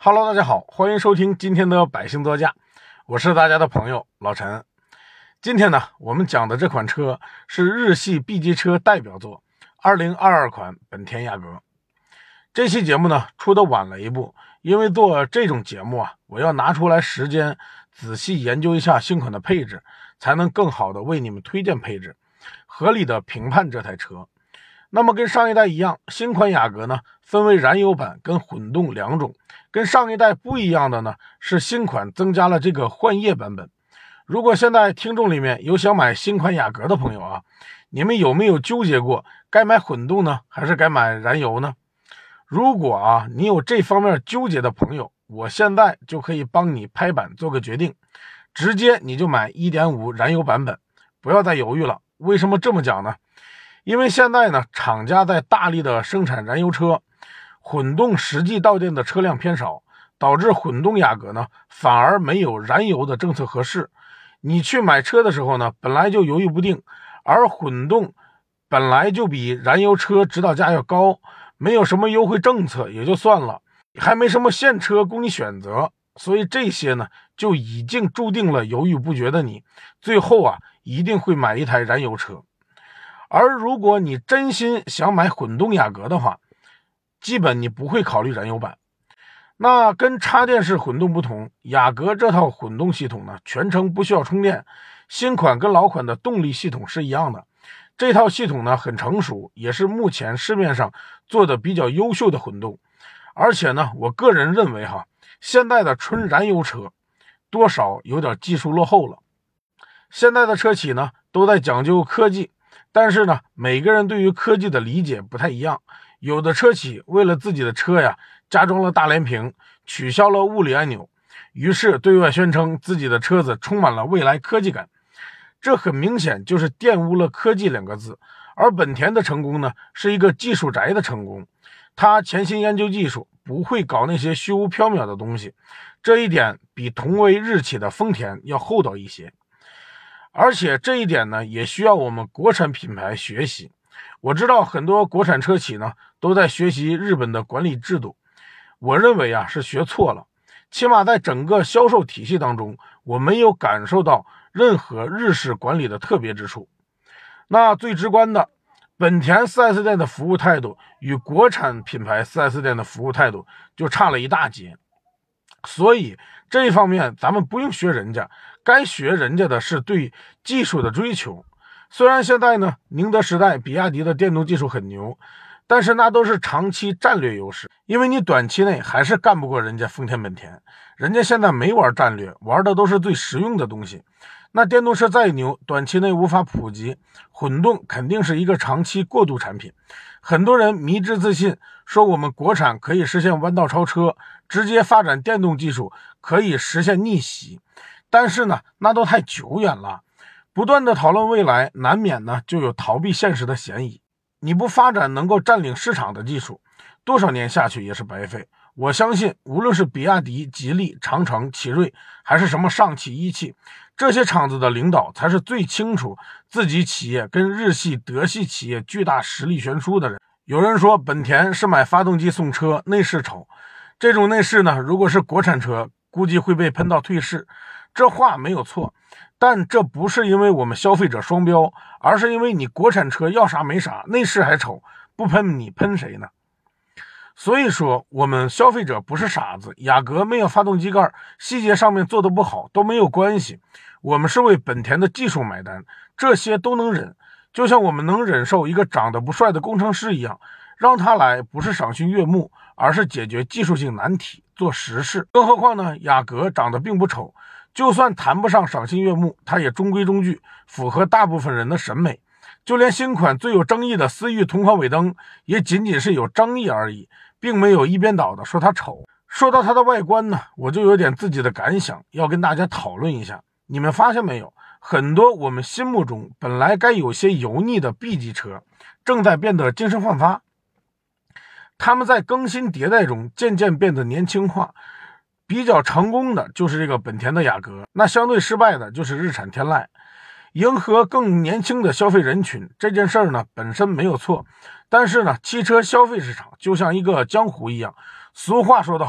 Hello， 大家好，欢迎收听今天的百姓座驾，我是大家的朋友老陈。今天呢，我们讲的这款车是日系 B 级车代表作2022款本田雅阁。这期节目呢出的晚了一步，因为做这种节目我要拿出来时间仔细研究一下新款的配置，才能更好的为你们推荐配置，合理的评判这台车。那么跟上一代一样，新款雅阁呢分为燃油版跟混动两种，跟上一代不一样的呢是新款增加了这个换液版本。如果现在听众里面有想买新款雅阁的朋友你们有没有纠结过该买混动呢还是该买燃油呢？如果你有这方面纠结的朋友，我现在就可以帮你拍板做个决定，直接你就买 1.5 燃油版本，不要再犹豫了。为什么这么讲呢？因为现在呢，厂家在大力的生产燃油车，混动实际到店的车辆偏少，导致混动雅阁呢反而没有燃油的政策合适。你去买车的时候呢，本来就犹豫不定，而混动本来就比燃油车指导价要高，没有什么优惠政策也就算了，还没什么现车供你选择，所以这些呢就已经注定了犹豫不决的你，最后一定会买一台燃油车。而如果你真心想买混动雅阁的话，基本你不会考虑燃油版。那跟插电式混动不同，雅阁这套混动系统呢，全程不需要充电，新款跟老款的动力系统是一样的。这套系统呢很成熟，也是目前市面上做的比较优秀的混动。而且呢，我个人认为现在的纯燃油车多少有点技术落后了。现在的车企呢都在讲究科技，但是呢，每个人对于科技的理解不太一样。有的车企为了自己的车加装了大连屏，取消了物理按钮，于是对外宣称自己的车子充满了未来科技感。这很明显就是玷污了科技两个字。而本田的成功呢，是一个技术宅的成功，他潜心研究技术，不会搞那些虚无缥缈的东西，这一点比同为日企的丰田要厚道一些。而且这一点呢，也需要我们国产品牌学习。我知道很多国产车企呢都在学习日本的管理制度，我认为是学错了。起码在整个销售体系当中，我没有感受到任何日式管理的特别之处。那最直观的，本田 4S 店的服务态度与国产品牌 4S 店的服务态度就差了一大截。所以这一方面咱们不用学人家，该学人家的是对技术的追求。虽然现在呢，宁德时代、比亚迪的电动技术很牛，但是那都是长期战略优势，因为你短期内还是干不过人家丰田本田。人家现在没玩战略，玩的都是最实用的东西。那电动车再牛，短期内无法普及，混动肯定是一个长期过渡产品。很多人迷之自信，说我们国产可以实现弯道超车，直接发展电动技术可以实现逆袭，但是呢，那都太久远了。不断的讨论未来，难免呢就有逃避现实的嫌疑。你不发展能够占领市场的技术，多少年下去也是白费。我相信无论是比亚迪、吉利、长城、奇瑞，还是什么上汽、一汽，这些厂子的领导才是最清楚自己企业跟日系、德系企业巨大实力悬殊的人。有人说本田是买发动机送车，内饰丑，这种内饰呢，如果是国产车，估计会被喷到退市。这话没有错，但这不是因为我们消费者双标，而是因为你国产车要啥没啥，内饰还丑，不喷你喷谁呢？所以说我们消费者不是傻子，雅阁没有发动机盖，细节上面做得不好都没有关系，我们是为本田的技术买单，这些都能忍。就像我们能忍受一个长得不帅的工程师一样，让他来不是赏心悦目，而是解决技术性难题，做实事。更何况呢，雅阁长得并不丑，就算谈不上赏心悦目，它也中规中矩，符合大部分人的审美。就连新款最有争议的思域同款尾灯，也仅仅是有争议而已，并没有一边倒的说它丑。说到它的外观呢，我就有点自己的感想要跟大家讨论一下。你们发现没有，很多我们心目中本来该有些油腻的 B 级车正在变得精神焕发，他们在更新迭代中渐渐变得年轻化。比较成功的就是这个本田的雅阁，那相对失败的就是日产天籁。迎合更年轻的消费人群这件事儿呢本身没有错，但是呢汽车消费市场就像一个江湖一样，俗话说得好，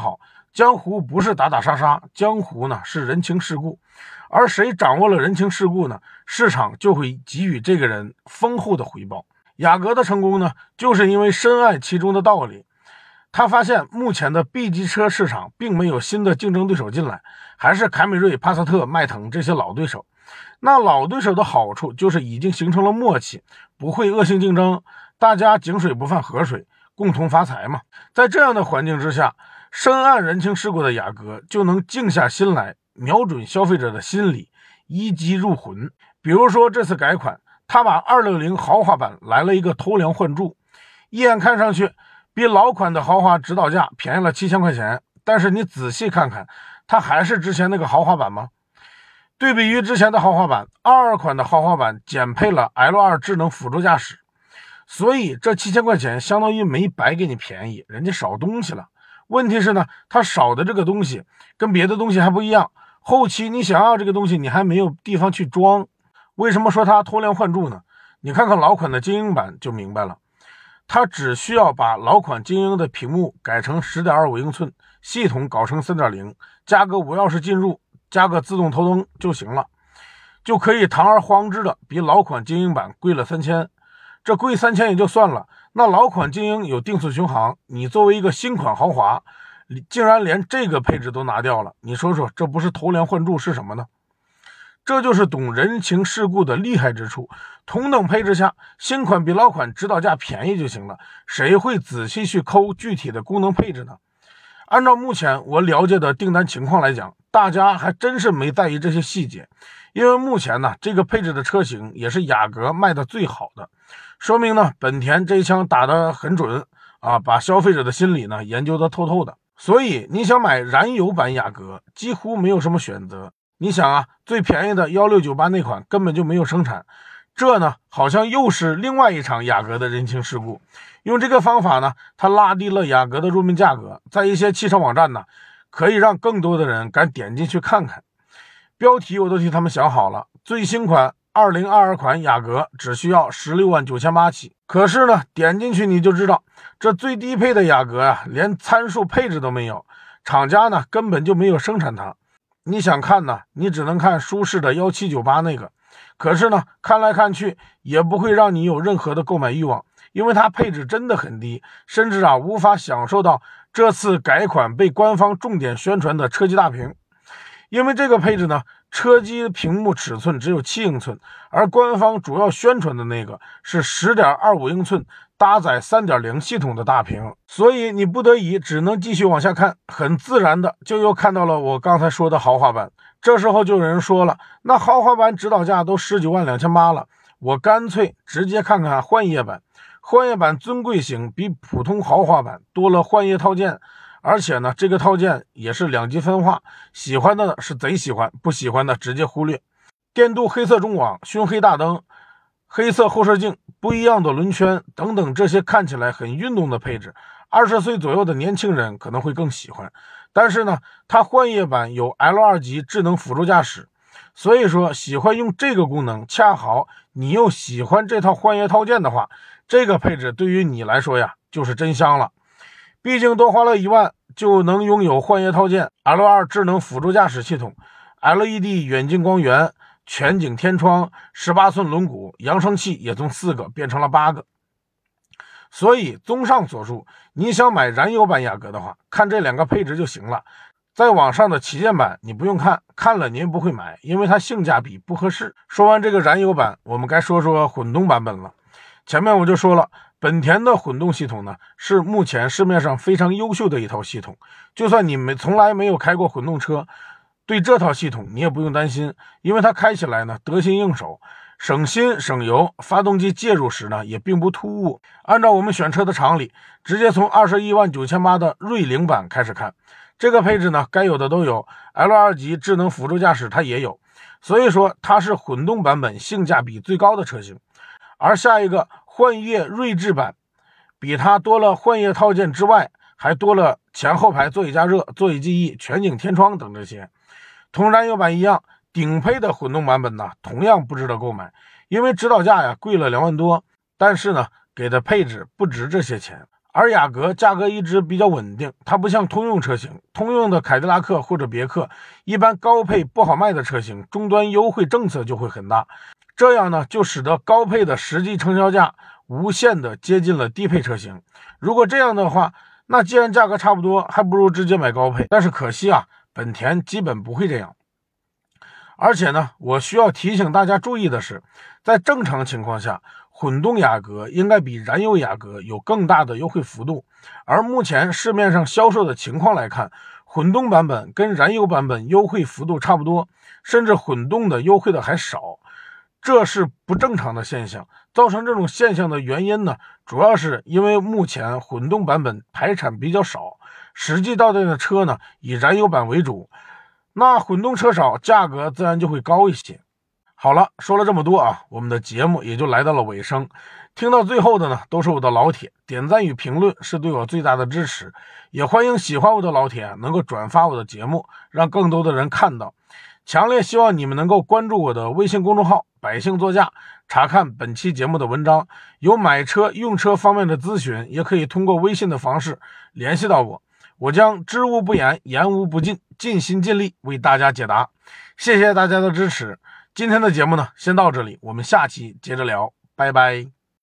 江湖不是打打杀杀，江湖呢是人情世故，而谁掌握了人情世故呢，市场就会给予这个人丰厚的回报。雅阁的成功呢，就是因为深谙其中的道理。他发现目前的 B 级车市场并没有新的竞争对手进来，还是凯美瑞、帕萨特、迈腾这些老对手。那老对手的好处就是已经形成了默契，不会恶性竞争，大家井水不犯河水，共同发财嘛。在这样的环境之下，深谙人情世故的雅阁就能静下心来，瞄准消费者的心理，一击入魂。比如说这次改款，他把260豪华版来了一个偷梁换柱，一眼看上去比老款的豪华指导价便宜了7000块钱，但是你仔细看看，它还是之前那个豪华版吗？对比于之前的豪华版，22款的豪华版减配了 L2 智能辅助驾驶，所以这7000块钱相当于没白给你便宜，人家少东西了。问题是呢，它少的这个东西跟别的东西还不一样，后期你想要这个东西你还没有地方去装。为什么说它偷梁换柱呢？你看看老款的精英版就明白了，它只需要把老款精英的屏幕改成 10.25 英寸，系统搞成 3.0， 加个无钥匙进入，加个自动头灯就行了，就可以堂而皇之的比老款精英版贵了3000。这贵3000也就算了，那老款精英有定速巡航，你作为一个新款豪华，竟然连这个配置都拿掉了，你说说这不是偷梁换柱是什么呢？这就是懂人情世故的厉害之处。同等配置下，新款比老款指导价便宜就行了，谁会仔细去抠具体的功能配置呢？按照目前我了解的订单情况来讲，大家还真是没在意这些细节，因为目前呢，这个配置的车型也是雅阁卖的最好的，说明呢，本田这一枪打得很准啊，把消费者的心理呢研究得透透的。所以你想买燃油版雅阁，几乎没有什么选择。你想啊，最便宜的1698那款根本就没有生产，这呢好像又是另外一场雅阁的人情世故。用这个方法呢，它拉低了雅阁的入门价格，在一些汽车网站呢，可以让更多的人敢点进去看看。标题我都替他们想好了，最新款2022款雅阁只需要169800起。可是呢，点进去你就知道，这最低配的雅阁啊，连参数配置都没有，厂家呢根本就没有生产它。你想看呢，你只能看舒适的1798那个，可是呢，看来看去也不会让你有任何的购买欲望，因为它配置真的很低，甚至无法享受到这次改款被官方重点宣传的车机大屏。因为这个配置呢，车机屏幕尺寸只有7英寸，而官方主要宣传的那个是 10.25 英寸搭载 3.0 系统的大屏，所以你不得已只能继续往下看，很自然的就又看到了我刚才说的豪华版。这时候就有人说了，那豪华版指导价都192800了，我干脆直接看看幻夜版。幻夜版尊贵型比普通豪华版多了幻夜套件，而且呢，这个套件也是2级分化，喜欢的是贼喜欢，不喜欢的直接忽略。电镀黑色中网、熏黑大灯、黑色后视镜、不一样的轮圈等等，这些看起来很运动的配置，20岁左右的年轻人可能会更喜欢。但是呢，它幻夜版有 L2 级智能辅助驾驶，所以说喜欢用这个功能，恰好你又喜欢这套幻夜套件的话，这个配置对于你来说呀，就是真香了。毕竟多花了1万就能拥有幻夜套件、L2 智能辅助驾驶系统、LED 远近光源、全景天窗、18寸轮毂，扬声器也从4个变成了8个。所以综上所述，你想买燃油版雅阁的话，看这2个配置就行了。在网上的旗舰版你不用看，看了你也不会买，因为它性价比不合适。说完这个燃油版，我们该说说混动版本了。前面我就说了，本田的混动系统呢，是目前市面上非常优秀的一套系统。就算你从来没有开过混动车，对这套系统你也不用担心，因为它开起来呢得心应手，省心省油，发动机介入时呢也并不突兀。按照我们选车的常理，直接从219800的锐灵版开始看，这个配置呢该有的都有， L2 级智能辅助驾驶它也有，所以说它是混动版本性价比最高的车型。而下一个幻夜锐志版，比它多了幻夜套件之外，还多了前后排座椅加热、座椅记忆、全景天窗等这些。同燃油版一样，顶配的混动版本呢，同样不值得购买，因为指导价呀贵了2万多，但是呢，给的配置不值这些钱。 而雅阁价格一直比较稳定，它不像通用车型，通用的凯迪拉克或者别克，一般高配不好卖的车型，终端优惠政策就会很大，这样呢就使得高配的实际成交价无限的接近了低配车型。如果这样的话，那既然价格差不多，还不如直接买高配。但是可惜啊，本田基本不会这样。而且呢，我需要提醒大家注意的是，在正常情况下，混动雅阁应该比燃油雅阁有更大的优惠幅度。而目前市面上销售的情况来看，混动版本跟燃油版本优惠幅度差不多，甚至混动的优惠的还少。这是不正常的现象。造成这种现象的原因呢，主要是因为目前混动版本排产比较少，实际到店的车呢以燃油版为主，那混动车少，价格自然就会高一些。好了，说了这么多啊，我们的节目也就来到了尾声。听到最后的呢，都是我的老铁，点赞与评论是对我最大的支持，也欢迎喜欢我的老铁能够转发我的节目，让更多的人看到。强烈希望你们能够关注我的微信公众号百姓座驾，查看本期节目的文章，有买车用车方面的咨询，也可以通过微信的方式联系到我，我将知无不言，言无不尽，尽心尽力为大家解答。谢谢大家的支持，今天的节目呢先到这里，我们下期接着聊，拜拜。